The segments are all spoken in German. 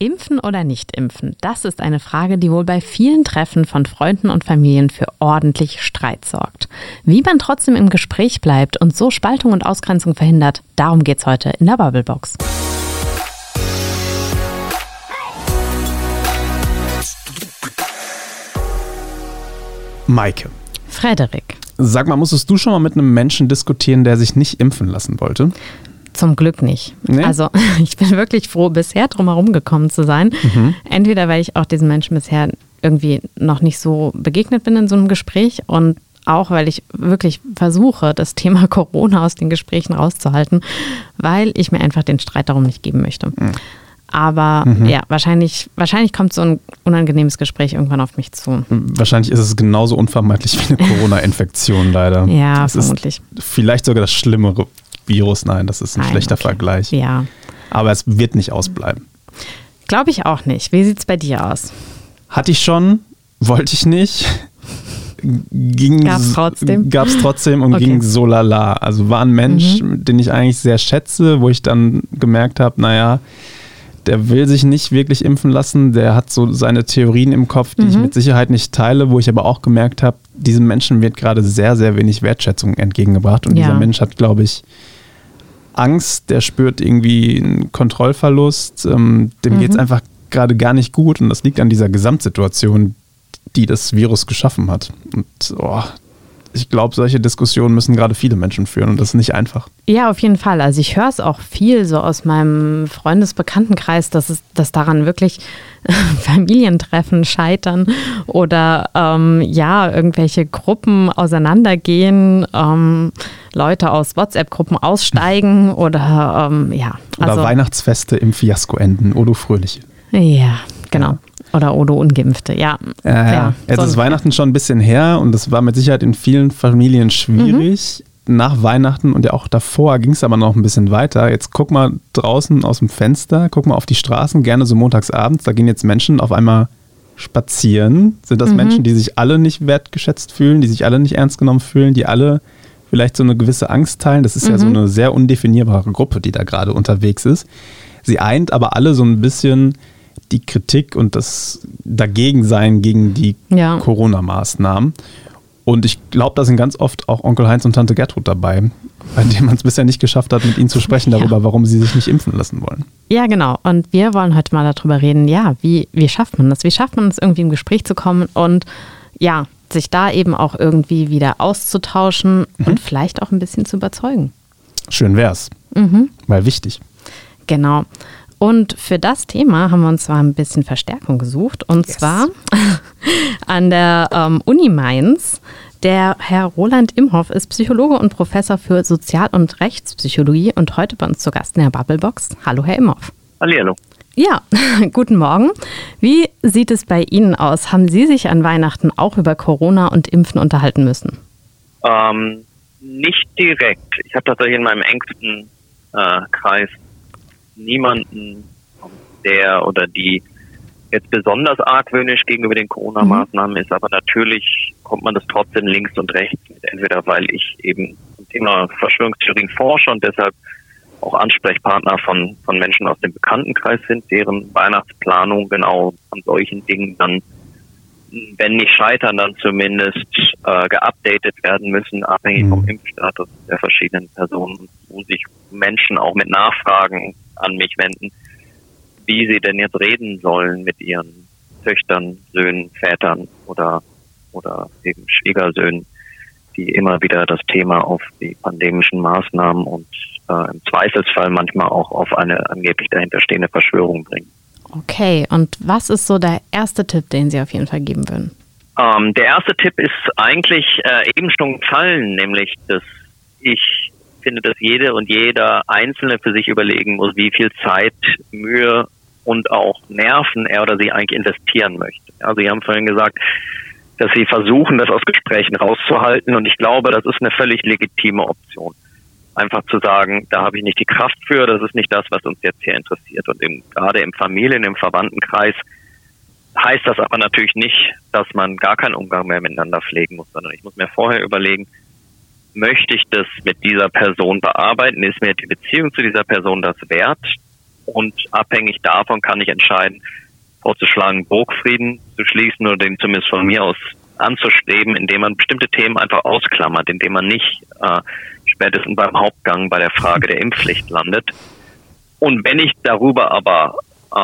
Impfen oder nicht impfen? Das ist eine Frage, die wohl bei vielen Treffen von Freunden und Familien für ordentlich Streit sorgt. Wie man trotzdem im Gespräch bleibt und so Spaltung und Ausgrenzung verhindert, darum geht's heute in der Bubblebox. Maike. Frederik. Sag mal, musstest du schon mal mit einem Menschen diskutieren, der sich nicht impfen lassen wollte? Zum Glück nicht. Nee? Also ich bin wirklich froh, bisher drum herum gekommen zu sein. Entweder, weil ich auch diesen Menschen bisher irgendwie noch nicht so begegnet bin in so einem Gespräch und auch, weil ich wirklich versuche, das Thema Corona aus den Gesprächen rauszuhalten, weil ich mir einfach den Streit darum nicht geben möchte. Aber ja, wahrscheinlich kommt so ein unangenehmes Gespräch irgendwann auf mich zu. Wahrscheinlich ist es genauso unvermeidlich wie eine Corona-Infektion leider. Ja, es vermutlich. Ist vielleicht sogar das schlimmere Virus. Nein, das ist ein schlechter Vergleich. Ja. Aber es wird nicht ausbleiben. Glaube ich auch nicht. Wie sieht es bei dir aus? Hatte ich schon, wollte ich nicht. Gab es trotzdem und ging so lala. Also war ein Mensch, den ich eigentlich sehr schätze, wo ich dann gemerkt habe, naja, der will sich nicht wirklich impfen lassen, der hat so seine Theorien im Kopf, die ich mit Sicherheit nicht teile, wo ich aber auch gemerkt habe, diesem Menschen wird gerade sehr, sehr wenig Wertschätzung entgegengebracht und dieser Mensch hat, glaube ich, Angst, der spürt irgendwie einen Kontrollverlust, dem geht es einfach gerade gar nicht gut und das liegt an dieser Gesamtsituation, die das Virus geschaffen hat. Und ich glaube, solche Diskussionen müssen gerade viele Menschen führen und das ist nicht einfach. Ja, auf jeden Fall. Also ich höre es auch viel so aus meinem Freundesbekanntenkreis, dass daran wirklich Familientreffen scheitern oder irgendwelche Gruppen auseinandergehen, Leute aus WhatsApp-Gruppen aussteigen oder Oder Weihnachtsfeste im Fiasko enden. Odo Fröhliche. Ja, genau. Ja. Oder Odo Ungeimpfte, ja. Jetzt ist Weihnachten schon ein bisschen her und das war mit Sicherheit in vielen Familien schwierig. Nach Weihnachten und ja auch davor ging es aber noch ein bisschen weiter. Jetzt guck mal draußen aus dem Fenster, guck mal auf die Straßen, gerne so montagsabends, da gehen jetzt Menschen auf einmal spazieren. Sind das Menschen, die sich alle nicht wertgeschätzt fühlen, die sich alle nicht ernst genommen fühlen, die alle vielleicht so eine gewisse Angst teilen? Das ist ja so eine sehr undefinierbare Gruppe, die da gerade unterwegs ist. Sie eint aber alle so ein bisschen die Kritik und das Dagegensein gegen die Corona-Maßnahmen. Und ich glaube, da sind ganz oft auch Onkel Heinz und Tante Gertrud dabei, bei denen man es bisher nicht geschafft hat, mit ihnen zu sprechen darüber, warum sie sich nicht impfen lassen wollen. Ja, genau. Und wir wollen heute mal darüber reden, wie schafft man das? Wie schafft man es, irgendwie im Gespräch zu kommen und sich da eben auch irgendwie wieder auszutauschen und vielleicht auch ein bisschen zu überzeugen. Schön wär's, weil wichtig. Genau. Und für das Thema haben wir uns zwar ein bisschen Verstärkung gesucht und zwar an der Uni Mainz. Der Herr Roland Imhoff ist Psychologe und Professor für Sozial- und Rechtspsychologie und heute bei uns zu Gast in der Bubblebox. Hallo, Herr Imhoff. Hallihallo. Ja, guten Morgen. Wie sieht es bei Ihnen aus? Haben Sie sich an Weihnachten auch über Corona und Impfen unterhalten müssen? Nicht direkt. Ich habe tatsächlich in meinem engsten Kreis niemanden, der oder die jetzt besonders argwöhnisch gegenüber den Corona-Maßnahmen ist, aber natürlich kommt man das trotzdem links und rechts mit. Entweder weil ich eben zum Thema Verschwörungstheorien forsche und deshalb auch Ansprechpartner von Menschen aus dem Bekanntenkreis sind, deren Weihnachtsplanung genau an solchen Dingen dann, wenn nicht scheitern, dann zumindest geupdatet werden müssen, abhängig vom Impfstatus der verschiedenen Personen, wo sich Menschen auch mit Nachfragen an mich wenden, wie sie denn jetzt reden sollen mit ihren Töchtern, Söhnen, Vätern oder eben Schwiegersöhnen, die immer wieder das Thema auf die pandemischen Maßnahmen und im Zweifelsfall manchmal auch auf eine angeblich dahinterstehende Verschwörung bringen. Okay, und was ist so der erste Tipp, den Sie auf jeden Fall geben würden? Der erste Tipp ist eigentlich eben schon gefallen, nämlich, dass ich finde, dass jede und jeder Einzelne für sich überlegen muss, wie viel Zeit, Mühe und auch Nerven er oder sie eigentlich investieren möchte. Also Sie haben vorhin gesagt, dass Sie versuchen, das aus Gesprächen rauszuhalten und ich glaube, das ist eine völlig legitime Option. Einfach zu sagen, da habe ich nicht die Kraft für, das ist nicht das, was uns jetzt hier interessiert. Und gerade im Familien-, im Verwandtenkreis heißt das aber natürlich nicht, dass man gar keinen Umgang mehr miteinander pflegen muss, sondern ich muss mir vorher überlegen, möchte ich das mit dieser Person bearbeiten? Ist mir die Beziehung zu dieser Person das wert? und abhängig davon kann ich entscheiden, vorzuschlagen, Burgfrieden zu schließen oder den zumindest von mir aus anzustreben, indem man bestimmte Themen einfach ausklammert, indem man nicht spätestens beim Hauptgang bei der Frage der Impfpflicht landet. Und wenn ich darüber aber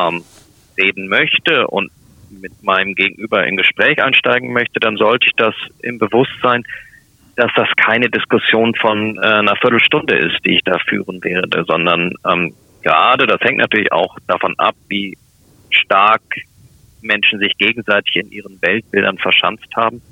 reden möchte und mit meinem Gegenüber in Gespräch einsteigen möchte, dann sollte ich das im Bewusstsein, dass das keine Diskussion von einer Viertelstunde ist, die ich da führen werde, sondern gerade, das hängt natürlich auch davon ab, wie stark Menschen sich gegenseitig in ihren Weltbildern verschanzt haben.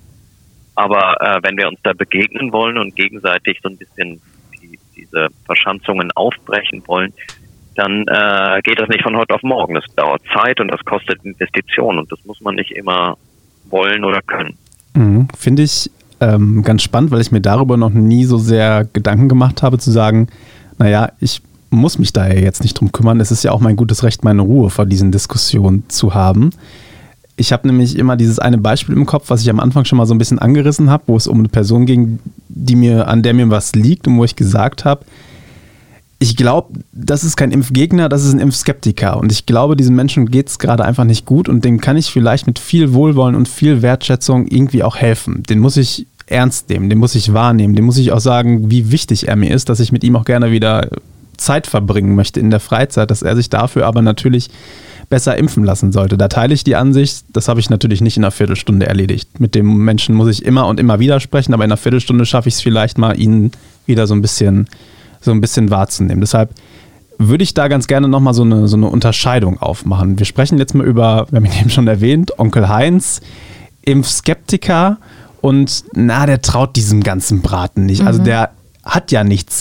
Aber wenn wir uns da begegnen wollen und gegenseitig so ein bisschen diese Verschanzungen aufbrechen wollen, dann geht das nicht von heute auf morgen. Das dauert Zeit und das kostet Investitionen und das muss man nicht immer wollen oder können. Finde ich ganz spannend, weil ich mir darüber noch nie so sehr Gedanken gemacht habe, zu sagen, naja, ich muss mich da ja jetzt nicht drum kümmern. Es ist ja auch mein gutes Recht, meine Ruhe vor diesen Diskussionen zu haben. Ich habe nämlich immer dieses eine Beispiel im Kopf, was ich am Anfang schon mal so ein bisschen angerissen habe, wo es um eine Person ging, an der mir was liegt und wo ich gesagt habe, ich glaube, das ist kein Impfgegner, das ist ein Impfskeptiker. Und ich glaube, diesen Menschen geht es gerade einfach nicht gut und dem kann ich vielleicht mit viel Wohlwollen und viel Wertschätzung irgendwie auch helfen. Den muss ich ernst nehmen, den muss ich wahrnehmen, dem muss ich auch sagen, wie wichtig er mir ist, dass ich mit ihm auch gerne wieder Zeit verbringen möchte in der Freizeit, dass er sich dafür aber natürlich besser impfen lassen sollte. Da teile ich die Ansicht, das habe ich natürlich nicht in einer Viertelstunde erledigt. Mit dem Menschen muss ich immer und immer wieder sprechen, aber in einer Viertelstunde schaffe ich es vielleicht mal, ihn wieder so ein bisschen wahrzunehmen. Deshalb würde ich da ganz gerne nochmal so eine Unterscheidung aufmachen. Wir sprechen jetzt mal über, wir haben ihn eben schon erwähnt, Onkel Heinz, Impfskeptiker und der traut diesem ganzen Braten nicht. Also der hat ja nichts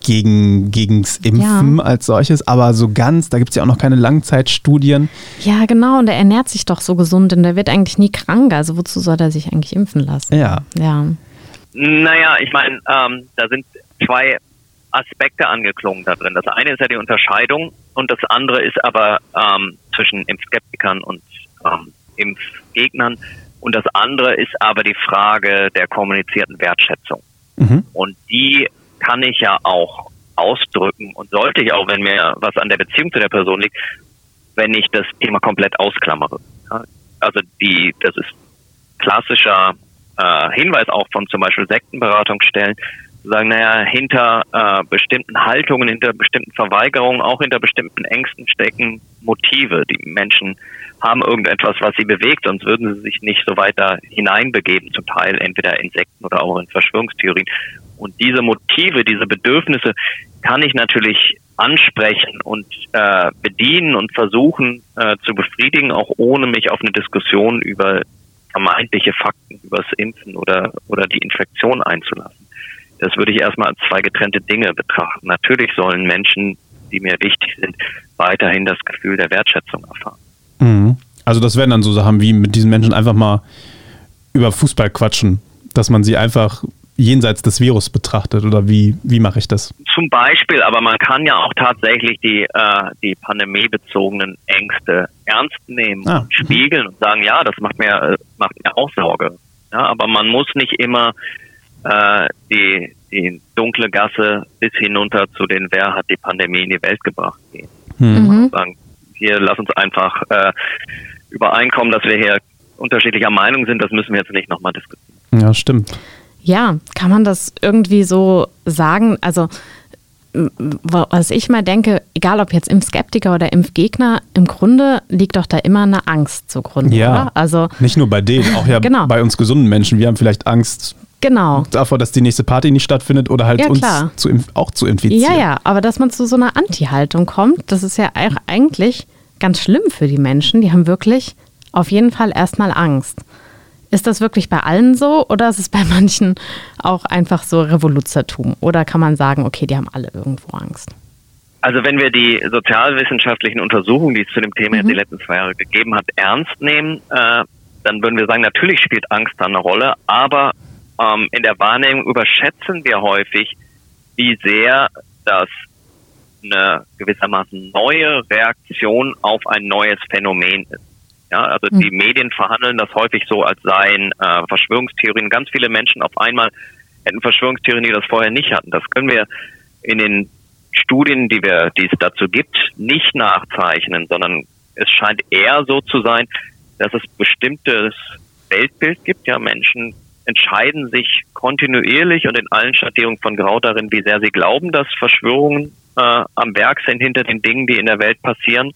gegens Impfen als solches, aber so ganz, da gibt es ja auch noch keine Langzeitstudien. Ja, genau, und er ernährt sich doch so gesund und der wird eigentlich nie krank, also wozu soll er sich eigentlich impfen lassen? Ja. Naja, ich meine, da sind zwei Aspekte angeklungen da drin. Das eine ist ja die Unterscheidung und das andere ist aber zwischen Impfskeptikern und Impfgegnern und das andere ist aber die Frage der kommunizierten Wertschätzung. Und die kann ich ja auch ausdrücken und sollte ich auch, wenn mir was an der Beziehung zu der Person liegt, wenn ich das Thema komplett ausklammere. Ja, also das ist klassischer Hinweis auch von zum Beispiel Sektenberatungsstellen, zu sagen, hinter bestimmten Haltungen, hinter bestimmten Verweigerungen, auch hinter bestimmten Ängsten stecken Motive. Die Menschen haben irgendetwas, was sie bewegt, sonst würden sie sich nicht so weiter hineinbegeben, zum Teil entweder in Sekten oder auch in Verschwörungstheorien. Und diese Motive, diese Bedürfnisse kann ich natürlich ansprechen und bedienen und versuchen zu befriedigen, auch ohne mich auf eine Diskussion über vermeintliche Fakten, über das Impfen oder die Infektion einzulassen. Das würde ich erstmal als zwei getrennte Dinge betrachten. Natürlich sollen Menschen, die mir wichtig sind, weiterhin das Gefühl der Wertschätzung erfahren. Also das wären dann so Sachen wie mit diesen Menschen einfach mal über Fußball quatschen, dass man sie einfach jenseits des Virus betrachtet, oder wie mache ich das? Zum Beispiel, aber man kann ja auch tatsächlich die pandemiebezogenen Ängste ernst nehmen und spiegeln und sagen, ja, das macht mir auch Sorge. Ja, aber man muss nicht immer die dunkle Gasse bis hinunter zu den, wer hat die Pandemie in die Welt gebracht, gehen. Sagen, hier lass uns einfach übereinkommen, dass wir hier unterschiedlicher Meinung sind, das müssen wir jetzt nicht nochmal diskutieren. Ja, stimmt. Ja, kann man das irgendwie so sagen? Also, was ich mal denke, egal ob jetzt Impfskeptiker oder Impfgegner, im Grunde liegt doch da immer eine Angst zugrunde, oder? Also, nicht nur bei denen, auch ja genau. Bei uns gesunden Menschen. Wir haben vielleicht Angst davor, dass die nächste Party nicht stattfindet oder halt uns auch zu infizieren. Ja, aber dass man zu so einer Anti-Haltung kommt, das ist ja eigentlich ganz schlimm für die Menschen. Die haben wirklich auf jeden Fall erstmal Angst. Ist das wirklich bei allen so oder ist es bei manchen auch einfach so Revoluzertum? Oder kann man sagen, okay, die haben alle irgendwo Angst? Also wenn wir die sozialwissenschaftlichen Untersuchungen, die es zu dem Thema jetzt die letzten 2 Jahre gegeben hat, ernst nehmen, dann würden wir sagen, natürlich spielt Angst da eine Rolle, aber in der Wahrnehmung überschätzen wir häufig, wie sehr das eine gewissermaßen neue Reaktion auf ein neues Phänomen ist. Ja, also die Medien verhandeln das häufig so, als seien Verschwörungstheorien. Ganz viele Menschen auf einmal hätten Verschwörungstheorien, die das vorher nicht hatten. Das können wir in den Studien, die es dazu gibt, nicht nachzeichnen, sondern es scheint eher so zu sein, dass es bestimmtes Weltbild gibt. Ja, Menschen entscheiden sich kontinuierlich und in allen Schattierungen von Grau darin, wie sehr sie glauben, dass Verschwörungen am Werk sind hinter den Dingen, die in der Welt passieren.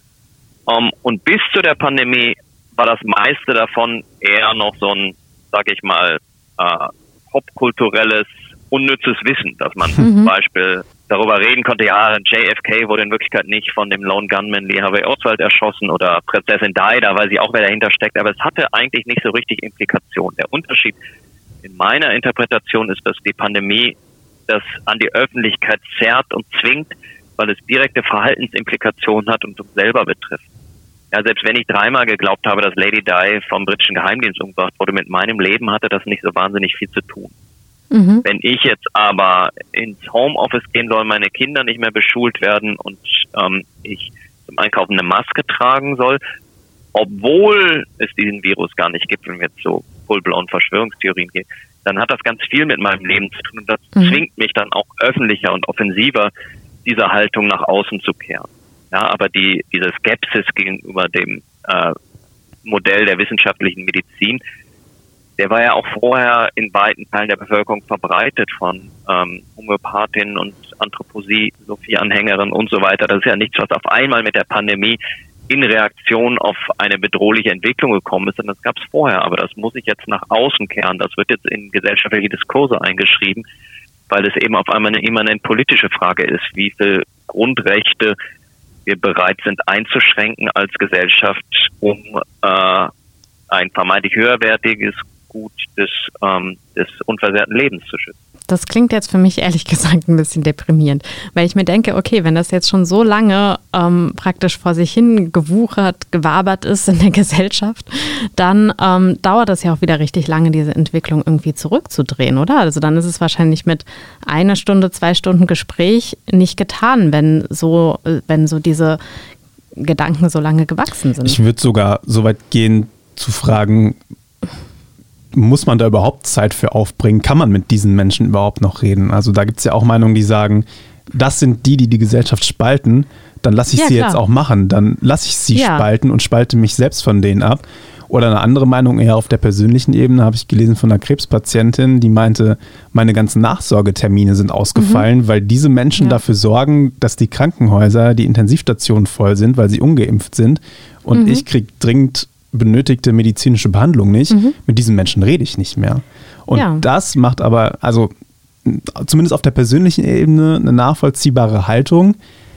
Und bis zu der Pandemie war das meiste davon eher noch so ein, sag ich mal, popkulturelles, unnützes Wissen, dass man zum Beispiel darüber reden konnte, ja, JFK wurde in Wirklichkeit nicht von dem Lone Gunman Lee Harvey Oswald erschossen oder Prinzessin Di, da weiß ich auch, wer dahinter steckt, aber es hatte eigentlich nicht so richtig Implikationen. Der Unterschied in meiner Interpretation ist, dass die Pandemie das an die Öffentlichkeit zerrt und zwingt, weil es direkte Verhaltensimplikationen hat und uns selber betrifft. Ja, selbst wenn ich 3-mal geglaubt habe, dass Lady Di vom britischen Geheimdienst umgebracht wurde, mit meinem Leben hatte das nicht so wahnsinnig viel zu tun. Wenn ich jetzt aber ins Homeoffice gehen soll, meine Kinder nicht mehr beschult werden und ich zum Einkaufen eine Maske tragen soll, obwohl es diesen Virus gar nicht gibt, wenn wir jetzt so full-blown Verschwörungstheorien gehen, dann hat das ganz viel mit meinem Leben zu tun und das zwingt mich dann auch öffentlicher und offensiver, diese Haltung nach außen zu kehren. Ja, aber diese Skepsis gegenüber dem Modell der wissenschaftlichen Medizin, der war ja auch vorher in weiten Teilen der Bevölkerung verbreitet von Homöopathinnen und Anthroposophie-Anhängerinnen und so weiter. Das ist ja nichts, was auf einmal mit der Pandemie in Reaktion auf eine bedrohliche Entwicklung gekommen ist, sondern das gab es vorher. Aber das muss ich jetzt nach außen kehren. Das wird jetzt in gesellschaftliche Diskurse eingeschrieben, weil es eben auf einmal eine immanent politische Frage ist, wie viele Grundrechte wir bereit sind einzuschränken als Gesellschaft, um ein vermeintlich höherwertiges Gut des unversehrten Lebens zu schützen. Das klingt jetzt für mich ehrlich gesagt ein bisschen deprimierend, weil ich mir denke, okay, wenn das jetzt schon so lange praktisch vor sich hin gewabert ist in der Gesellschaft, dann dauert das ja auch wieder richtig lange, diese Entwicklung irgendwie zurückzudrehen, oder? Also dann ist es wahrscheinlich mit 1 Stunde, 2 Stunden Gespräch nicht getan, wenn so diese Gedanken so lange gewachsen sind. Ich würde sogar so weit gehen zu fragen, muss man da überhaupt Zeit für aufbringen? Kann man mit diesen Menschen überhaupt noch reden? Also da gibt es ja auch Meinungen, die sagen, das sind die Gesellschaft spalten, dann lasse ich sie jetzt auch machen. Dann lasse ich sie spalten und spalte mich selbst von denen ab. Oder eine andere Meinung eher auf der persönlichen Ebene, habe ich gelesen von einer Krebspatientin, die meinte, meine ganzen Nachsorgetermine sind ausgefallen, weil diese Menschen dafür sorgen, dass die Krankenhäuser, die Intensivstationen voll sind, weil sie ungeimpft sind. Und ich kriege dringend benötigte medizinische Behandlung nicht. Mit diesen Menschen rede ich nicht mehr. Und das macht aber, also zumindest auf der persönlichen Ebene, eine nachvollziehbare Haltung,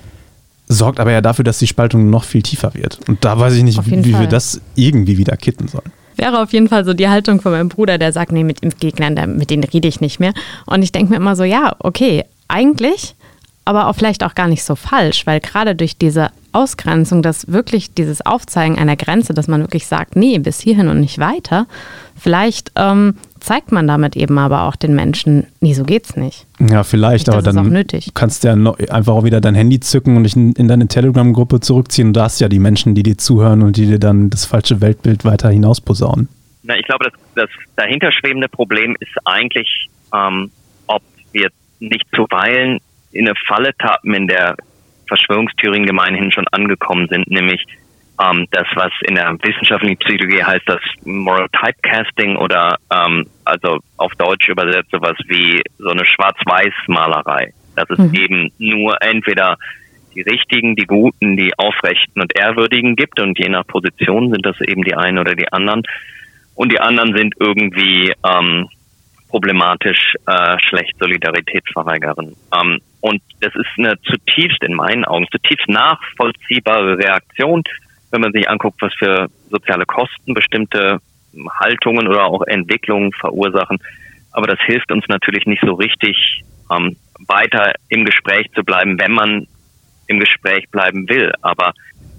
sorgt aber ja dafür, dass die Spaltung noch viel tiefer wird. Und da weiß ich nicht, wie wir das irgendwie wieder kitten sollen. Wäre auf jeden Fall so die Haltung von meinem Bruder, der sagt, nee, mit Impfgegnern, mit denen rede ich nicht mehr. Und ich denke mir immer so, ja, okay, eigentlich, aber auch vielleicht auch gar nicht so falsch, weil gerade durch diese Ausgrenzung, dass wirklich dieses Aufzeigen einer Grenze, dass man wirklich sagt, nee, bis hierhin und nicht weiter, vielleicht zeigt man damit eben aber auch den Menschen, nee, so geht's nicht. Ja, vielleicht, aber dann kannst du ja einfach auch wieder dein Handy zücken und dich in deine Telegram-Gruppe zurückziehen und da hast ja die Menschen, die dir zuhören und die dir dann das falsche Weltbild weiter hinausposaunen. Na, ich glaube, das dahinter schwebende Problem ist eigentlich, ob wir nicht zuweilen in eine Falle tappen, in der Verschwörungstheorien gemeinhin schon angekommen sind, nämlich das, was in der wissenschaftlichen Psychologie heißt, das Moral Typecasting oder also auf Deutsch übersetzt sowas wie so eine Schwarz-Weiß-Malerei. Dass es eben nur entweder die Richtigen, die Guten, die Aufrechten und Ehrwürdigen gibt und je nach Position sind das eben die einen oder die anderen und die anderen sind irgendwie problematisch, schlecht, Solidaritätsverweigerin. Und das ist eine zutiefst, in meinen Augen, zutiefst nachvollziehbare Reaktion, wenn man sich anguckt, was für soziale Kosten bestimmte Haltungen oder auch Entwicklungen verursachen. Aber das hilft uns natürlich nicht so richtig, weiter im Gespräch zu bleiben, wenn man im Gespräch bleiben will. Aber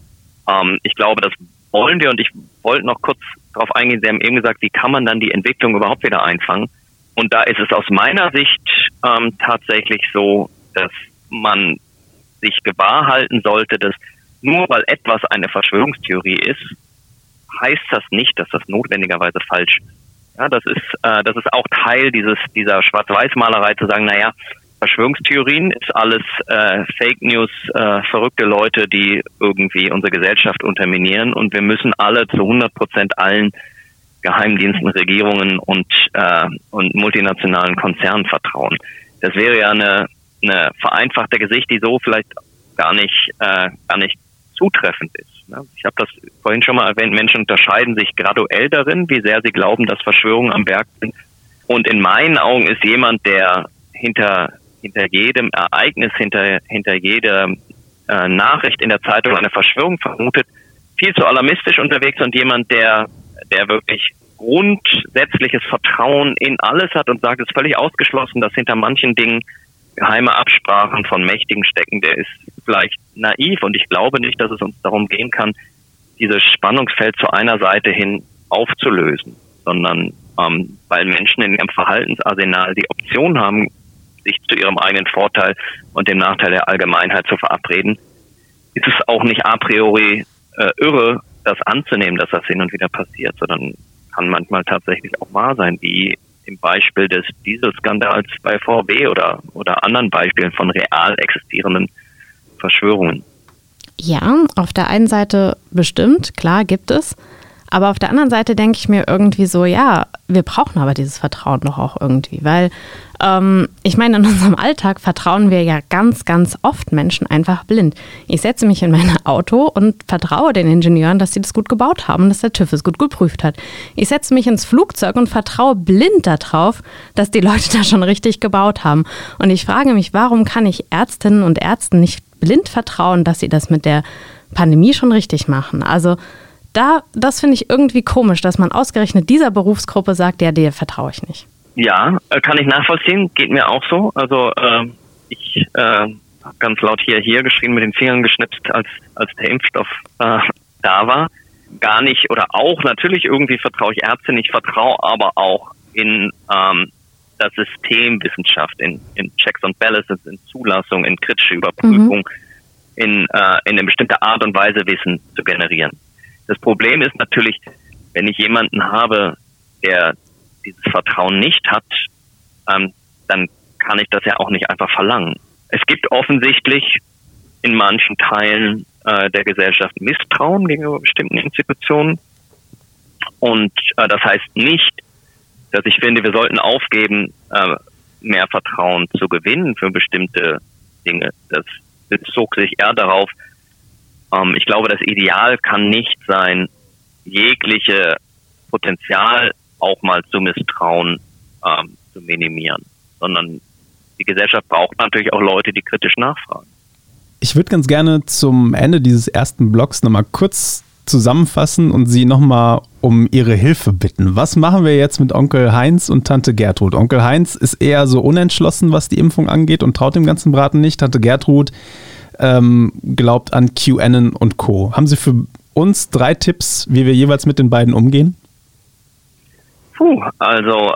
ich glaube, das wollen wir und ich wollte noch kurz darauf eingehen, Sie haben eben gesagt, wie kann man dann die Entwicklung überhaupt wieder einfangen? Und da ist es aus meiner Sicht tatsächlich so, dass man sich gewahr halten sollte, dass nur weil etwas eine Verschwörungstheorie ist, heißt das nicht, dass das notwendigerweise falsch ist. Ja, das ist auch Teil dieser Schwarz-Weiß-Malerei zu sagen, naja, Verschwörungstheorien, ist alles Fake News, verrückte Leute, die irgendwie unsere Gesellschaft unterminieren, und wir müssen alle zu 100% allen Geheimdiensten, Regierungen und multinationalen Konzernen vertrauen. Das wäre ja eine vereinfachte Gesicht, die so vielleicht gar nicht zutreffend ist. Ne? Ich habe das vorhin schon mal erwähnt, Menschen unterscheiden sich graduell darin, wie sehr sie glauben, dass Verschwörungen am Werk sind. Und in meinen Augen ist jemand, der hinter jedem Ereignis, hinter jeder Nachricht in der Zeitung eine Verschwörung vermutet, viel zu alarmistisch unterwegs, und jemand, der wirklich grundsätzliches Vertrauen in alles hat und sagt, es ist völlig ausgeschlossen, dass hinter manchen Dingen geheime Absprachen von Mächtigen stecken, der ist vielleicht naiv, und ich glaube nicht, dass es uns darum gehen kann, dieses Spannungsfeld zu einer Seite hin aufzulösen, sondern weil Menschen in ihrem Verhaltensarsenal die Option haben, sich zu ihrem eigenen Vorteil und dem Nachteil der Allgemeinheit zu verabreden, ist es auch nicht a priori irre, das anzunehmen, dass das hin und wieder passiert, sondern kann manchmal tatsächlich auch wahr sein, wie im Beispiel des Dieselskandals bei VW oder anderen Beispielen von real existierenden Verschwörungen. Ja, auf der einen Seite bestimmt, klar gibt es. Aber auf der anderen Seite denke ich mir irgendwie so, ja, wir brauchen aber dieses Vertrauen doch auch irgendwie, weil ich meine, in unserem Alltag vertrauen wir ja ganz, ganz oft Menschen einfach blind. Ich setze mich in mein Auto und vertraue den Ingenieuren, dass sie das gut gebaut haben, dass der TÜV es gut geprüft hat. Ich setze mich ins Flugzeug und vertraue blind darauf, dass die Leute das schon richtig gebaut haben. Und ich frage mich, warum kann ich Ärztinnen und Ärzten nicht blind vertrauen, dass sie das mit der Pandemie schon richtig machen? Also das finde ich irgendwie komisch, dass man ausgerechnet dieser Berufsgruppe sagt, ja, der vertraue ich nicht. Ja, kann ich nachvollziehen, geht mir auch so. Also ich habe ganz laut hier geschrien, mit den Fingern geschnipst, als der Impfstoff da war. Gar nicht, oder auch natürlich irgendwie vertraue ich Ärzten, ich vertraue aber auch in das System Wissenschaft, in Checks and Balances, in Zulassung, in kritische Überprüfung, in eine bestimmte Art und Weise Wissen zu generieren. Das Problem ist natürlich, wenn ich jemanden habe, der dieses Vertrauen nicht hat, dann kann ich das ja auch nicht einfach verlangen. Es gibt offensichtlich in manchen Teilen der Gesellschaft Misstrauen gegenüber bestimmten Institutionen. Und das heißt nicht, dass ich finde, wir sollten aufgeben, mehr Vertrauen zu gewinnen für bestimmte Dinge. Das bezog sich eher darauf, ich glaube, das Ideal kann nicht sein, jegliche Potenzial auch mal zu misstrauen, zu minimieren, sondern die Gesellschaft braucht natürlich auch Leute, die kritisch nachfragen. Ich würde ganz gerne zum Ende dieses ersten Blocks nochmal kurz zusammenfassen und Sie nochmal um Ihre Hilfe bitten. Was machen wir jetzt mit Onkel Heinz und Tante Gertrud? Onkel Heinz ist eher so unentschlossen, was die Impfung angeht, und traut dem ganzen Braten nicht. Tante Gertrud glaubt an QAnon und Co. Haben Sie für uns 3 Tipps, wie wir jeweils mit den beiden umgehen? Also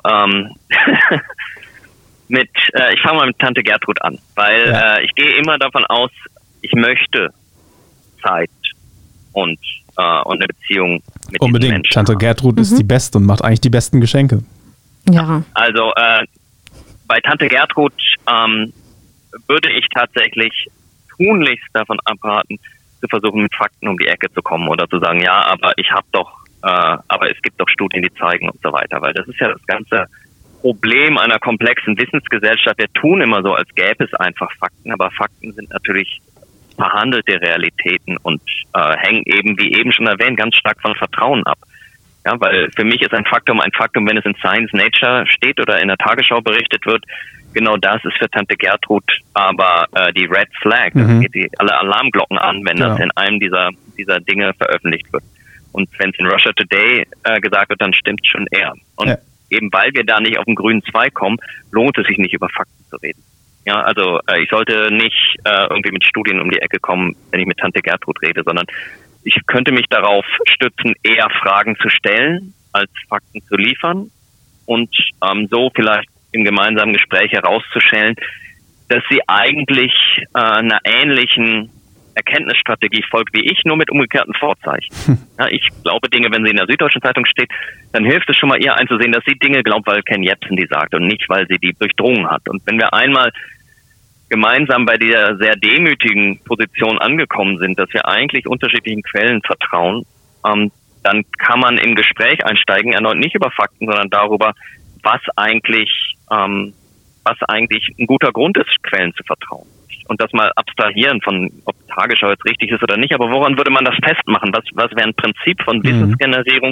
ich fange mal mit Tante Gertrud an, weil ich gehe immer davon aus, ich möchte Zeit und eine Beziehung mit diesen Menschen. Tante Gertrud ist die Beste und macht eigentlich die besten Geschenke. Ja. Also bei Tante Gertrud würde ich tatsächlich tunlichst davon abraten, zu versuchen, mit Fakten um die Ecke zu kommen oder zu sagen, ja, aber aber es gibt doch Studien, die zeigen und so weiter, weil das ist ja das ganze Problem einer komplexen Wissensgesellschaft. Wir tun immer so, als gäbe es einfach Fakten, aber Fakten sind natürlich verhandelte Realitäten und hängen eben, wie eben schon erwähnt, ganz stark von Vertrauen ab. Ja, weil für mich ist ein Faktum, wenn es in Science Nature steht oder in der Tagesschau berichtet wird. Genau das ist für Tante Gertrud aber die Red Flag. Das geht alle Alarmglocken an, wenn das in einem dieser Dinge veröffentlicht wird. Und wenn es in Russia Today gesagt wird, dann stimmt schon eher. Und eben weil wir da nicht auf den grünen Zweig kommen, lohnt es sich nicht, über Fakten zu reden. Ja, also ich sollte nicht irgendwie mit Studien um die Ecke kommen, wenn ich mit Tante Gertrud rede, sondern ich könnte mich darauf stützen, eher Fragen zu stellen, als Fakten zu liefern und so vielleicht im gemeinsamen Gespräch herauszustellen, dass sie eigentlich einer ähnlichen Erkenntnisstrategie folgt wie ich, nur mit umgekehrten Vorzeichen. Ja, ich glaube Dinge, wenn sie in der Süddeutschen Zeitung steht, dann hilft es schon mal ihr einzusehen, dass sie Dinge glaubt, weil Ken Jebsen die sagt und nicht, weil sie die durchdrungen hat. Und wenn wir einmal gemeinsam bei dieser sehr demütigen Position angekommen sind, dass wir eigentlich unterschiedlichen Quellen vertrauen, dann kann man im Gespräch einsteigen, erneut nicht über Fakten, sondern darüber, was eigentlich ein guter Grund ist, Quellen zu vertrauen. Und das mal abstrahieren von, ob Tagesschau jetzt richtig ist oder nicht, aber woran würde man das festmachen? Was wäre ein Prinzip von Wissensgenerierung,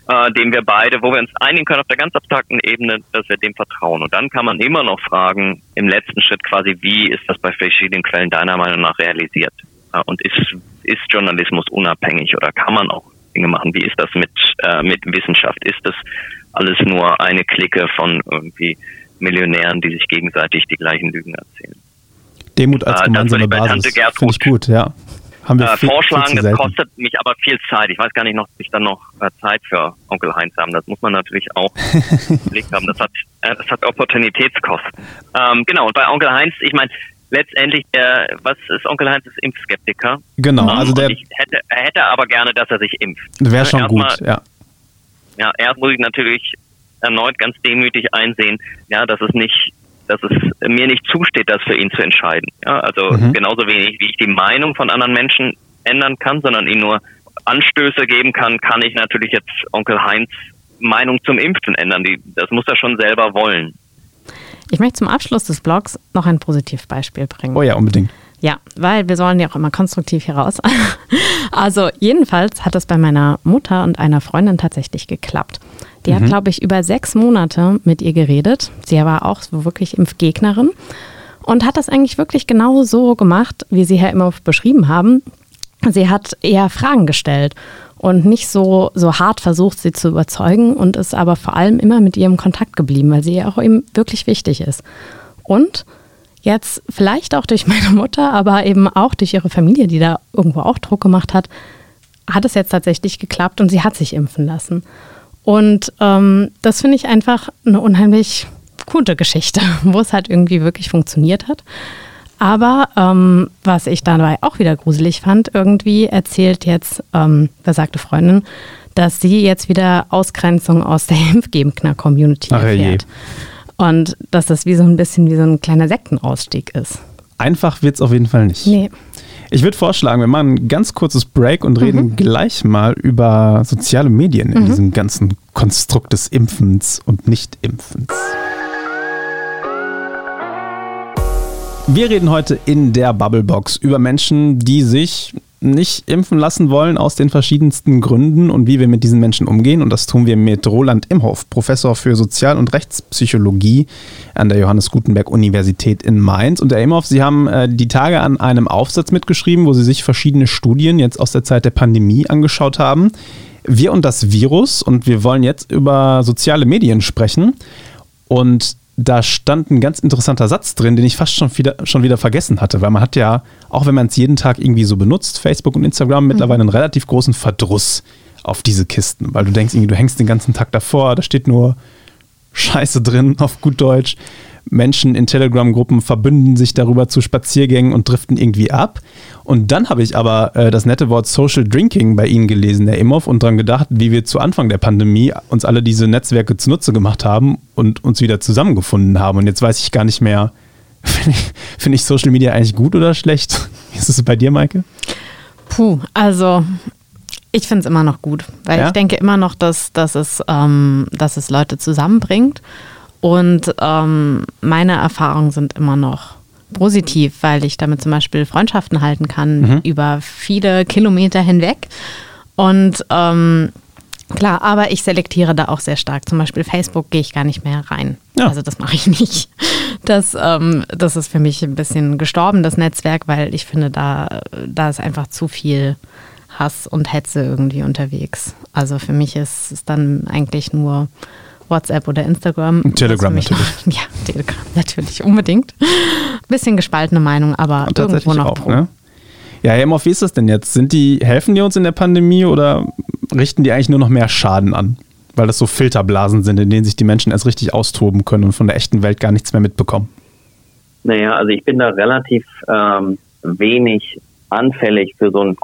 wo wir uns einigen können auf der ganz abstrakten Ebene, dass wir dem vertrauen. Und dann kann man immer noch fragen, im letzten Schritt quasi, wie ist das bei verschiedenen Quellen deiner Meinung nach realisiert? Und ist Journalismus unabhängig oder kann man auch Dinge machen? Wie ist das mit Wissenschaft? Ist das alles nur eine Clique von irgendwie Millionären, die sich gegenseitig die gleichen Lügen erzählen? Demut als gemeinsame Basis, finde ich gut, ja. Haben wir vorschlagen, das kostet mich aber viel Zeit. Ich weiß gar nicht, ob ich dann noch Zeit für Onkel Heinz haben. Das muss man natürlich auch im Blick haben. Das hat Opportunitätskosten. Genau, und bei Onkel Heinz, ich meine, letztendlich, was ist Onkel Heinz? Ist Impfskeptiker. Genau, also er hätte aber gerne, dass er sich impft. Wäre schon gut, ja. Ja, erst muss ich natürlich erneut ganz demütig einsehen, ja, dass es mir nicht zusteht, das für ihn zu entscheiden. Ja, also genauso wenig, wie ich die Meinung von anderen Menschen ändern kann, sondern ihm nur Anstöße geben kann ich natürlich jetzt Onkel Heinz Meinung zum Impfen ändern. Das muss er schon selber wollen. Ich möchte zum Abschluss des Blogs noch ein Positivbeispiel bringen. Oh ja, unbedingt. Ja, weil wir sollen ja auch immer konstruktiv hier raus. Also jedenfalls hat es bei meiner Mutter und einer Freundin tatsächlich geklappt. Die hat, glaube ich, über 6 Monate mit ihr geredet. Sie war auch so wirklich Impfgegnerin und hat das eigentlich wirklich genau so gemacht, wie Sie Herr Imhoff beschrieben haben. Sie hat eher Fragen gestellt und nicht so hart versucht, sie zu überzeugen und ist aber vor allem immer mit ihr im Kontakt geblieben, weil sie ja auch eben wirklich wichtig ist. Und jetzt vielleicht auch durch meine Mutter, aber eben auch durch ihre Familie, die da irgendwo auch Druck gemacht hat es jetzt tatsächlich geklappt und sie hat sich impfen lassen. Und das finde ich einfach eine unheimlich gute Geschichte, wo es halt irgendwie wirklich funktioniert hat. Aber was ich dabei auch wieder gruselig fand, irgendwie erzählt jetzt besagte Freundin, dass sie jetzt wieder Ausgrenzung aus der Impfgegner-Community erfährt. Und dass das wie so ein bisschen wie so ein kleiner Sektenausstieg ist. Einfach wird es auf jeden Fall nicht. Nee. Ich würde vorschlagen, wir machen ein ganz kurzes Break und reden gleich mal über soziale Medien in diesem ganzen Konstrukt des Impfens und Nicht-Impfens. Wir reden heute in der Bubblebox über Menschen, die sich nicht impfen lassen wollen aus den verschiedensten Gründen und wie wir mit diesen Menschen umgehen. Und das tun wir mit Roland Imhoff, Professor für Sozial- und Rechtspsychologie an der Johannes Gutenberg Universität in Mainz. Und Herr Imhoff, Sie haben die Tage an einem Aufsatz mitgeschrieben, wo Sie sich verschiedene Studien jetzt aus der Zeit der Pandemie angeschaut haben. Wir und das Virus. Und wir wollen jetzt über soziale Medien sprechen. Und da stand ein ganz interessanter Satz drin, den ich fast schon wieder vergessen hatte, weil man hat ja, auch wenn man es jeden Tag irgendwie so benutzt, Facebook und Instagram, mittlerweile einen relativ großen Verdruss auf diese Kisten, weil du denkst, du hängst den ganzen Tag davor, da steht nur Scheiße drin, auf gut Deutsch. Menschen in Telegram-Gruppen verbünden sich darüber zu Spaziergängen und driften irgendwie ab. Und dann habe ich aber das nette Wort Social Drinking bei Ihnen gelesen, Herr Imhoff, und daran gedacht, wie wir zu Anfang der Pandemie uns alle diese Netzwerke zunutze gemacht haben und uns wieder zusammengefunden haben. Und jetzt weiß ich gar nicht mehr, finde ich Social Media eigentlich gut oder schlecht? Wie ist es bei dir, Maike? Also ich finde es immer noch gut, weil ich denke immer noch, dass es Leute zusammenbringt. Und meine Erfahrungen sind immer noch positiv, weil ich damit zum Beispiel Freundschaften halten kann über viele Kilometer hinweg. Und klar, aber ich selektiere da auch sehr stark. Zum Beispiel Facebook gehe ich gar nicht mehr rein. Ja. Also das mache ich nicht. Das ist für mich ein bisschen gestorben, das Netzwerk, weil ich finde, da ist einfach zu viel Hass und Hetze irgendwie unterwegs. Also für mich ist es dann eigentlich nur WhatsApp oder Instagram. Telegram natürlich. Ja, Telegram natürlich, unbedingt. Bisschen gespaltene Meinung, aber irgendwo noch auch, ne? Ja, Herr Imhoff, wie ist das denn jetzt? Helfen die uns in der Pandemie oder richten die eigentlich nur noch mehr Schaden an? Weil das so Filterblasen sind, in denen sich die Menschen erst richtig austoben können und von der echten Welt gar nichts mehr mitbekommen. Naja, also ich bin da relativ wenig anfällig für so einen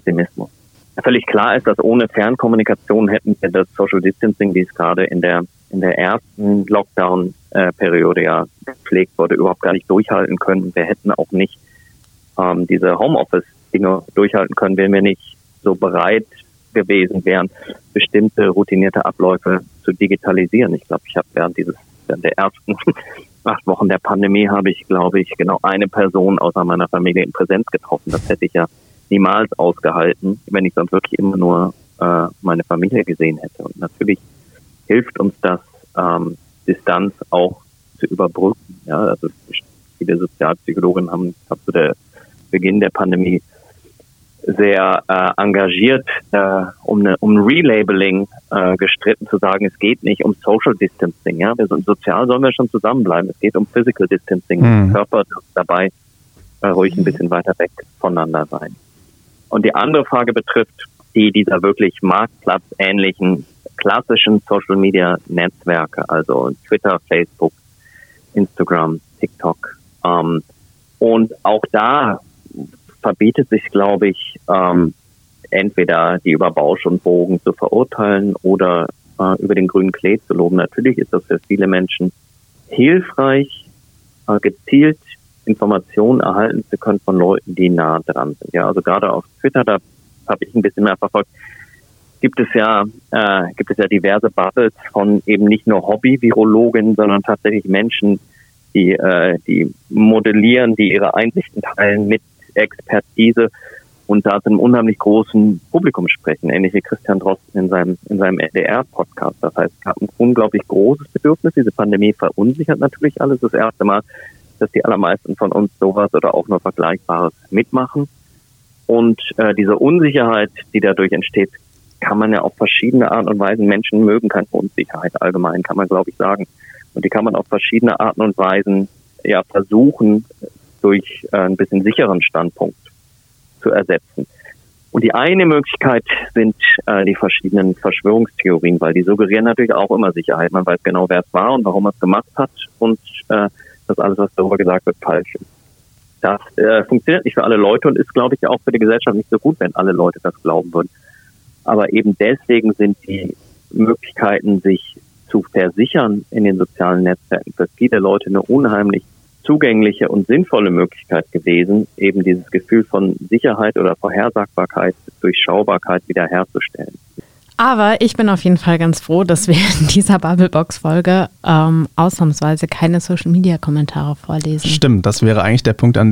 Kulturpessimismus. Völlig klar ist, dass ohne Fernkommunikation hätten wir das Social Distancing, wie es gerade in der in der ersten Lockdown-Periode ja gepflegt wurde, überhaupt gar nicht durchhalten können. Wir hätten auch nicht diese Homeoffice-Dinge durchhalten können, wenn wir nicht so bereit gewesen wären, bestimmte routinierte Abläufe zu digitalisieren. Ich glaube, ich habe während der ersten 8 Wochen der Pandemie habe ich, glaube ich, genau eine Person außer meiner Familie in Präsenz getroffen. Das hätte ich ja niemals ausgehalten, wenn ich sonst wirklich immer nur meine Familie gesehen hätte. Und natürlich hilft uns das, Distanz auch zu überbrücken. Ja, also viele Sozialpsychologen haben zu der Beginn der Pandemie sehr engagiert um Relabeling gestritten, zu sagen, es geht nicht um Social Distancing. Ja, sozial sollen wir schon zusammenbleiben. Es geht um Physical Distancing. Körper dabei ruhig ein bisschen weiter weg voneinander sein. Und die andere Frage betrifft dieser wirklich marktplatzähnlichen klassischen Social Media Netzwerke, also Twitter, Facebook, Instagram, TikTok. Und auch da verbietet sich, glaube ich, entweder die über Bausch und Bogen zu verurteilen oder über den grünen Klee zu loben. Natürlich ist das für viele Menschen hilfreich, gezielt Informationen erhalten zu können von Leuten, die nah dran sind. Ja, also gerade auf Twitter, da habe ich ein bisschen mehr verfolgt, gibt es ja diverse Bubbles von eben nicht nur Hobby-Virologen, sondern tatsächlich Menschen, die modellieren, die ihre Einsichten teilen mit Expertise und da zu einem unheimlich großen Publikum sprechen, ähnlich wie Christian Drosten in seinem NDR-Podcast. Das heißt, es gab ein unglaublich großes Bedürfnis. Diese Pandemie verunsichert natürlich alles. Das erste Mal, dass die allermeisten von uns sowas oder auch nur Vergleichbares mitmachen. Und diese Unsicherheit, die dadurch entsteht, kann man ja auf verschiedene Arten und Weisen, Menschen mögen keine Unsicherheit allgemein, kann man glaube ich sagen. Und die kann man auf verschiedene Arten und Weisen ja versuchen, durch ein bisschen sicheren Standpunkt zu ersetzen. Und die eine Möglichkeit sind die verschiedenen Verschwörungstheorien, weil die suggerieren natürlich auch immer Sicherheit. Man weiß genau, wer es war und warum er es gemacht hat und dass alles, was darüber gesagt wird, falsch ist. Das funktioniert nicht für alle Leute und ist, glaube ich, auch für die Gesellschaft nicht so gut, wenn alle Leute das glauben würden. Aber eben deswegen sind die Möglichkeiten, sich zu versichern in den sozialen Netzwerken, für viele Leute eine unheimlich zugängliche und sinnvolle Möglichkeit gewesen, eben dieses Gefühl von Sicherheit oder Vorhersagbarkeit, Durchschaubarkeit wiederherzustellen. Aber ich bin auf jeden Fall ganz froh, dass wir in dieser Bubblebox-Folge ausnahmsweise keine Social-Media-Kommentare vorlesen. Stimmt, das wäre eigentlich der Punkt, an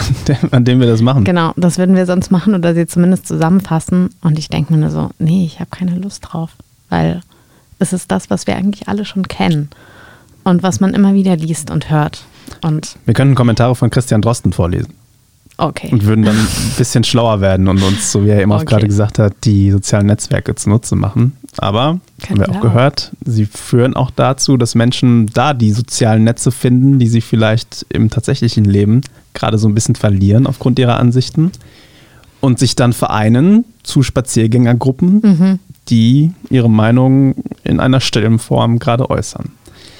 dem wir das machen. Genau, das würden wir sonst machen oder sie zumindest zusammenfassen. Und ich denke mir nur so, nee, ich habe keine Lust drauf, weil es ist das, was wir eigentlich alle schon kennen und was man immer wieder liest und hört. Und wir können Kommentare von Christian Drosten vorlesen. Okay. Und würden dann ein bisschen schlauer werden und uns, so wie er eben auch gerade gesagt hat, die sozialen Netzwerke zunutze machen. Aber, haben wir auch gehört, sie führen auch dazu, dass Menschen da die sozialen Netze finden, die sie vielleicht im tatsächlichen Leben gerade so ein bisschen verlieren aufgrund ihrer Ansichten und sich dann vereinen zu Spaziergängergruppen, die ihre Meinung in einer stillen Form gerade äußern.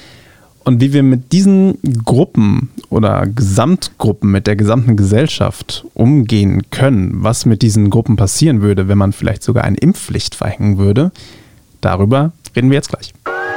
Und wie wir mit diesen Gruppen oder Gesamtgruppen, mit der gesamten Gesellschaft umgehen können, was mit diesen Gruppen passieren würde, wenn man vielleicht sogar eine Impfpflicht verhängen würde, darüber reden wir jetzt gleich.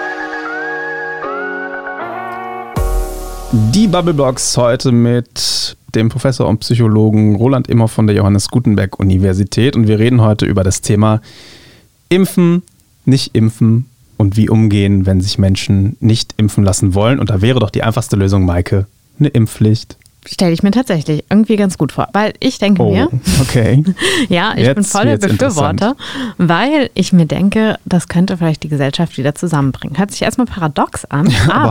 Die Bubblebox heute mit dem Professor und Psychologen Roland Imhoff von der Johannes Gutenberg Universität. Und wir reden heute über das Thema Impfen, nicht impfen. Und wie umgehen, wenn sich Menschen nicht impfen lassen wollen. Und da wäre doch die einfachste Lösung, Maike, eine Impfpflicht. Stelle ich mir tatsächlich irgendwie ganz gut vor. Weil ich denke mir, okay. Ja, ich bin voll der Befürworter, weil ich mir denke, das könnte vielleicht die Gesellschaft wieder zusammenbringen. Hört sich erstmal paradox an,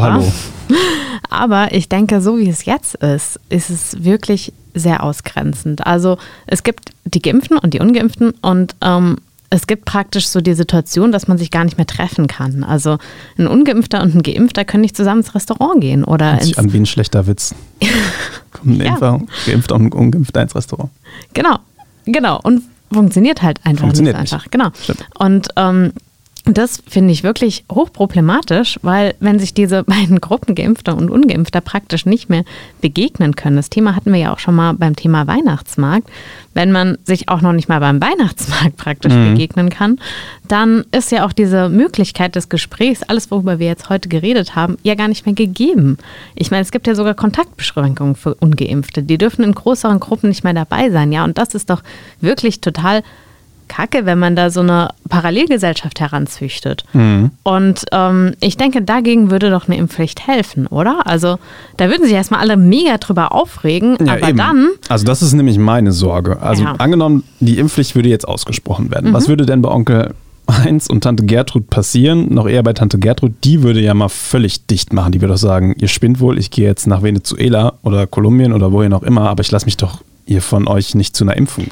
aber ich denke, so wie es jetzt ist es wirklich sehr ausgrenzend. Also es gibt die Geimpften und die Ungeimpften und es gibt praktisch so die Situation, dass man sich gar nicht mehr treffen kann. Also ein Ungeimpfter und ein Geimpfter können nicht zusammen ins Restaurant gehen. Hört sich an wie ein schlechter Witz. Kommt ein Geimpfter und ein Ungeimpfter ins Restaurant. Genau. Und funktioniert halt einfach nicht. Genau. Stimmt. Und Das finde ich wirklich hochproblematisch, weil wenn sich diese beiden Gruppen, Geimpfter und Ungeimpfter, praktisch nicht mehr begegnen können, das Thema hatten wir ja auch schon mal beim Thema Weihnachtsmarkt, wenn man sich auch noch nicht mal beim Weihnachtsmarkt praktisch begegnen kann, dann ist ja auch diese Möglichkeit des Gesprächs, alles worüber wir jetzt heute geredet haben, ja gar nicht mehr gegeben. Ich meine, es gibt ja sogar Kontaktbeschränkungen für Ungeimpfte, die dürfen in größeren Gruppen nicht mehr dabei sein, ja, und das ist doch wirklich total Kacke, wenn man da so eine Parallelgesellschaft heranzüchtet. Und ich denke, dagegen würde doch eine Impfpflicht helfen, oder? Also da würden sich erstmal alle mega drüber aufregen, ja, aber eben. dann... Also das ist nämlich meine Sorge. Also angenommen, die Impfpflicht würde jetzt ausgesprochen werden. Was würde denn bei Onkel Heinz und Tante Gertrud passieren? Noch eher bei Tante Gertrud, die würde ja mal völlig dicht machen. Die würde doch sagen, ihr spinnt wohl, ich gehe jetzt nach Venezuela oder Kolumbien oder wohin auch immer, aber ich lasse mich doch hier von euch nicht zu einer Impfung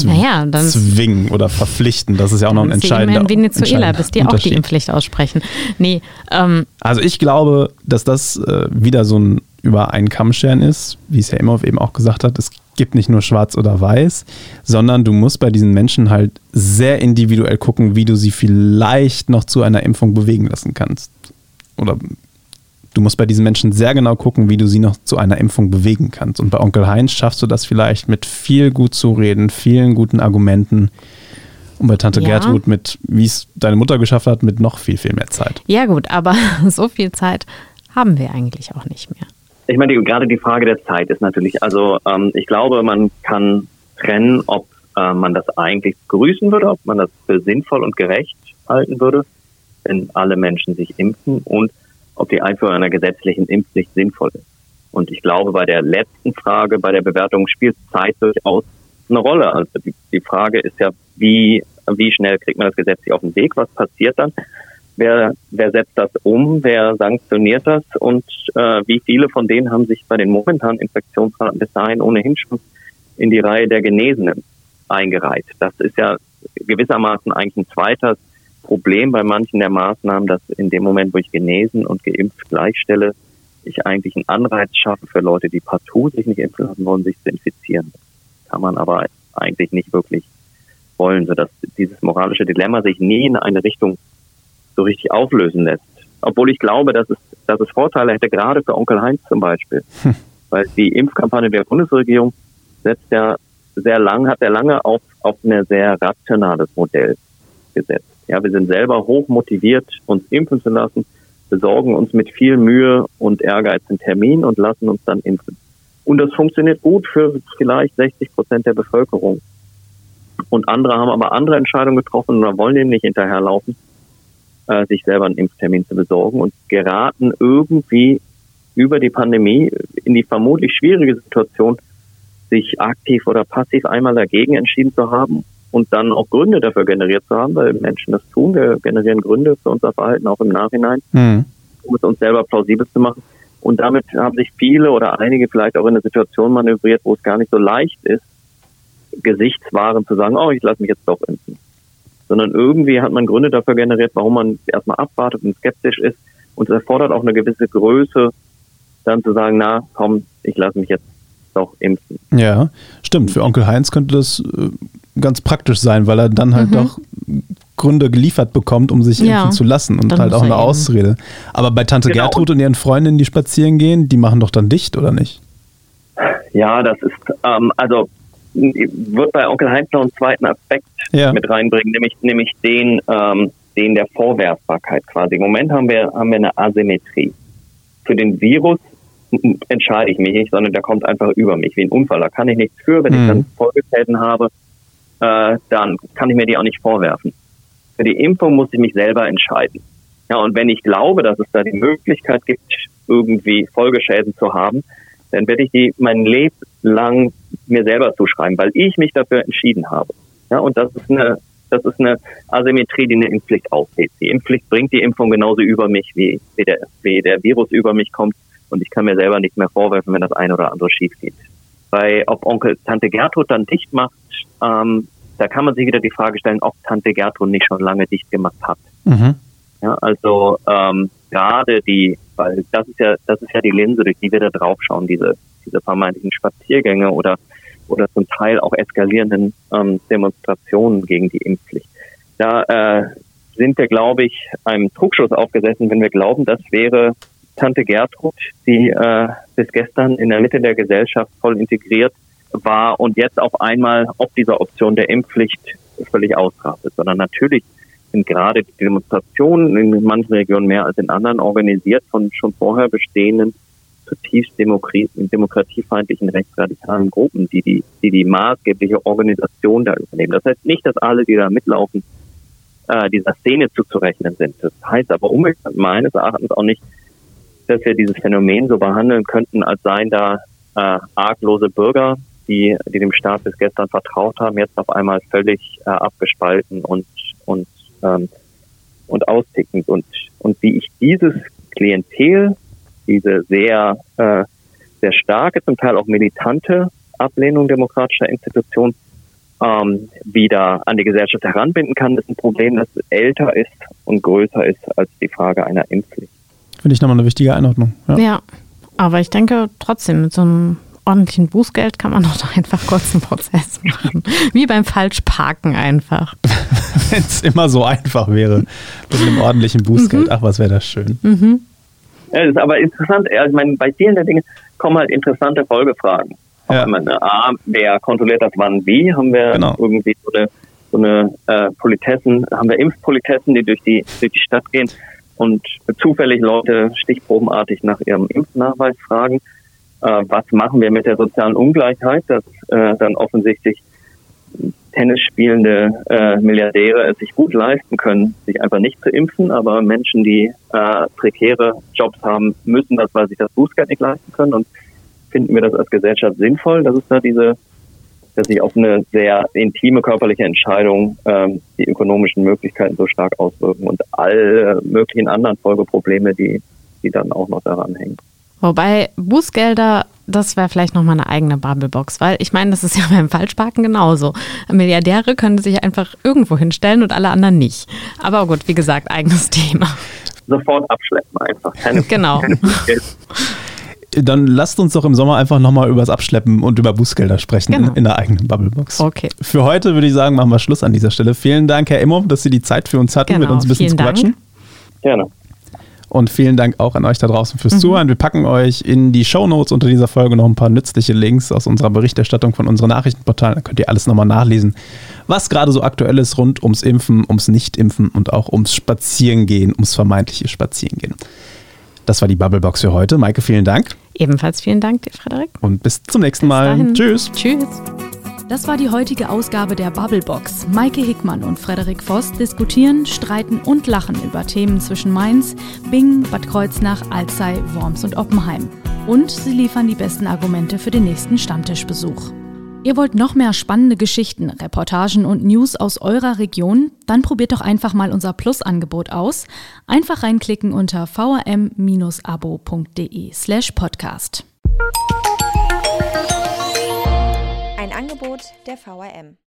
zwingen oder verpflichten. Das ist ja auch noch ein entscheidender Unterschied. In Venezuela, bis die auch die Impfpflicht aussprechen. Nee, also ich glaube, dass das wieder so ein über einen Kamm scheren ist, wie es ja Imhoff eben auch gesagt hat. Es gibt nicht nur schwarz oder weiß, sondern du musst bei diesen Menschen halt sehr individuell gucken, wie du sie vielleicht noch zu einer Impfung bewegen lassen kannst. Oder du musst bei diesen Menschen sehr genau gucken, wie du sie noch zu einer Impfung bewegen kannst. Und bei Onkel Heinz schaffst du das vielleicht mit viel gut zu reden, vielen guten Argumenten. Und bei Tante Gertrud mit, wie es deine Mutter geschafft hat, mit noch viel, viel mehr Zeit. Ja gut, aber so viel Zeit haben wir eigentlich auch nicht mehr. Ich meine, gerade die Frage der Zeit ist natürlich, also ich glaube, man kann trennen, ob man das eigentlich begrüßen würde, ob man das für sinnvoll und gerecht halten würde, wenn alle Menschen sich impfen und ob die Einführung einer gesetzlichen Impfpflicht sinnvoll ist. Und ich glaube, bei der letzten Frage, bei der Bewertung, spielt Zeit durchaus eine Rolle. Also die Frage ist ja, wie schnell kriegt man das Gesetz hier auf den Weg? Was passiert dann? Wer setzt das um? Wer sanktioniert das? Und wie viele von denen haben sich bei den momentanen Infektionsraten bis dahin ohnehin schon in die Reihe der Genesenen eingereiht? Das ist ja gewissermaßen eigentlich ein zweites Problem bei manchen der Maßnahmen, dass in dem Moment, wo ich genesen und geimpft gleichstelle, ich eigentlich einen Anreiz schaffe für Leute, die partout sich nicht impfen lassen wollen, sich zu infizieren. Das kann man aber eigentlich nicht wirklich wollen, sodass dieses moralische Dilemma sich nie in eine Richtung so richtig auflösen lässt. Obwohl ich glaube, dass es Vorteile hätte, gerade für Onkel Heinz zum Beispiel. Weil die Impfkampagne der Bundesregierung hat lange auf ein sehr rationales Modell gesetzt. Ja, wir sind selber hoch motiviert, uns impfen zu lassen, besorgen uns mit viel Mühe und Ehrgeiz einen Termin und lassen uns dann impfen. Und das funktioniert gut für vielleicht 60% der Bevölkerung. Und andere haben aber andere Entscheidungen getroffen oder wollen dem nicht hinterherlaufen, sich selber einen Impftermin zu besorgen und geraten irgendwie über die Pandemie in die vermutlich schwierige Situation, sich aktiv oder passiv einmal dagegen entschieden zu haben und dann auch Gründe dafür generiert zu haben, weil Menschen das tun. Wir generieren Gründe für unser Verhalten auch im Nachhinein, um es uns selber plausibel zu machen. Und damit haben sich viele oder einige vielleicht auch in eine Situation manövriert, wo es gar nicht so leicht ist, gesichtswahrend zu sagen, ich lasse mich jetzt doch impfen. Sondern irgendwie hat man Gründe dafür generiert, warum man erstmal abwartet und skeptisch ist. Und es erfordert auch eine gewisse Größe, dann zu sagen, ich lasse mich jetzt doch impfen. Ja, stimmt. Für Onkel Heinz könnte das ganz praktisch sein, weil er dann halt doch Gründe geliefert bekommt, um sich impfen zu lassen und halt auch eine Ausrede. Aber bei Tante Gertrud und ihren Freundinnen, die spazieren gehen, die machen doch dann dicht, oder nicht? Ja, das ist, wird bei Onkel Heinz noch einen zweiten Aspekt mit reinbringen, nämlich den der Vorwerfbarkeit quasi. Im Moment haben wir eine Asymmetrie. Für den Virus entscheide ich mich nicht, sondern der kommt einfach über mich, wie ein Unfall. Da kann ich nichts für. Wenn ich dann Folgeschäden habe, dann kann ich mir die auch nicht vorwerfen. Für die Impfung muss ich mich selber entscheiden. Ja, und wenn ich glaube, dass es da die Möglichkeit gibt, irgendwie Folgeschäden zu haben, dann werde ich die mein Leben lang mir selber zuschreiben, weil ich mich dafür entschieden habe. Ja, und das ist eine Asymmetrie, die eine Impfpflicht aufhebt. Die Impfpflicht bringt die Impfung genauso über mich, wie der Virus über mich kommt. Und ich kann mir selber nicht mehr vorwerfen, wenn das eine oder andere schief geht. Ob Tante Gertrud dann dicht macht, da kann man sich wieder die Frage stellen, ob Tante Gertrud nicht schon lange dicht gemacht hat. Ja, also gerade weil das ist ja die Linse, durch die wir da drauf schauen, diese vermeintlichen Spaziergänge oder zum Teil auch eskalierenden Demonstrationen gegen die Impfpflicht. Da sind wir, glaube ich, einem Trugschluss aufgesessen, wenn wir glauben, das wäre Tante Gertrud, die bis gestern in der Mitte der Gesellschaft voll integriert war und jetzt auf einmal ob dieser Option der Impfpflicht völlig ausrastet, sondern natürlich sind gerade die Demonstrationen in manchen Regionen mehr als in anderen organisiert von schon vorher bestehenden zutiefst demokratiefeindlichen rechtsradikalen Gruppen, die maßgebliche Organisation da übernehmen. Das heißt nicht, dass alle, die da mitlaufen, dieser Szene zuzurechnen sind. Das heißt aber umgekehrt meines Erachtens auch nicht, dass wir dieses Phänomen so behandeln könnten, als seien da arglose Bürger, die dem Staat bis gestern vertraut haben, jetzt auf einmal völlig abgespalten und austickend. Und wie ich dieses Klientel, diese sehr starke, zum Teil auch militante Ablehnung demokratischer Institutionen wieder an die Gesellschaft heranbinden kann, ist ein Problem, das älter ist und größer ist als die Frage einer Impfpflicht. Finde ich nochmal eine wichtige Einordnung. Ja, aber ich denke trotzdem, mit so einem ordentlichen Bußgeld kann man doch einfach kurz einen Prozess machen. Wie beim Falschparken einfach. Wenn es immer so einfach wäre mit einem ordentlichen Bußgeld. Ach, was wäre das schön. Ja, das ist aber interessant. Ich meine, bei vielen der Dinge kommen halt interessante Folgefragen. Ja. Wer kontrolliert das wann wie? Haben wir irgendwie so eine Politessen, haben wir Impfpolitessen, die durch die Stadt gehen und zufällig Leute stichprobenartig nach ihrem Impfnachweis fragen. Was machen wir mit der sozialen Ungleichheit, dass dann offensichtlich Tennis spielende Milliardäre es sich gut leisten können, sich einfach nicht zu impfen, aber Menschen, die prekäre Jobs haben, müssen das, weil sich das Bußgeld nicht leisten können. Und finden wir das als Gesellschaft sinnvoll, dass es da dass sich auf eine sehr intime körperliche Entscheidung die ökonomischen Möglichkeiten so stark auswirken und alle möglichen anderen Folgeprobleme, die dann auch noch daran hängen. Wobei Bußgelder, das wäre vielleicht nochmal eine eigene Bubblebox, weil ich meine, das ist ja beim Falschparken genauso. Milliardäre können sich einfach irgendwo hinstellen und alle anderen nicht. Aber gut, wie gesagt, eigenes Thema. Sofort abschleppen einfach. Keine Bußgelder. Dann lasst uns doch im Sommer einfach nochmal über das Abschleppen und über Bußgelder sprechen in der eigenen Bubblebox. Okay. Für heute würde ich sagen, machen wir Schluss an dieser Stelle. Vielen Dank, Herr Imhoff, dass Sie die Zeit für uns hatten, mit uns ein bisschen zu quatschen. Gerne. Und vielen Dank auch an euch da draußen fürs Zuhören. Wir packen euch in die Shownotes unter dieser Folge noch ein paar nützliche Links aus unserer Berichterstattung von unseren Nachrichtenportalen. Da könnt ihr alles nochmal nachlesen, was gerade so aktuell ist rund ums Impfen, ums Nicht-Impfen und auch ums Spazierengehen, ums vermeintliche Spazierengehen. Das war die Bubblebox für heute. Maike, vielen Dank. Ebenfalls vielen Dank dir, Frederik. Und bis zum nächsten Mal. Dahin. Tschüss. Tschüss. Das war die heutige Ausgabe der Bubblebox. Maike Hickmann und Frederik Voss diskutieren, streiten und lachen über Themen zwischen Mainz, Bingen, Bad Kreuznach, Alzey, Worms und Oppenheim. Und sie liefern die besten Argumente für den nächsten Stammtischbesuch. Ihr wollt noch mehr spannende Geschichten, Reportagen und News aus eurer Region? Dann probiert doch einfach mal unser Plus-Angebot aus. Einfach reinklicken unter vrm-abo.de/podcast. Ein Angebot der VRM.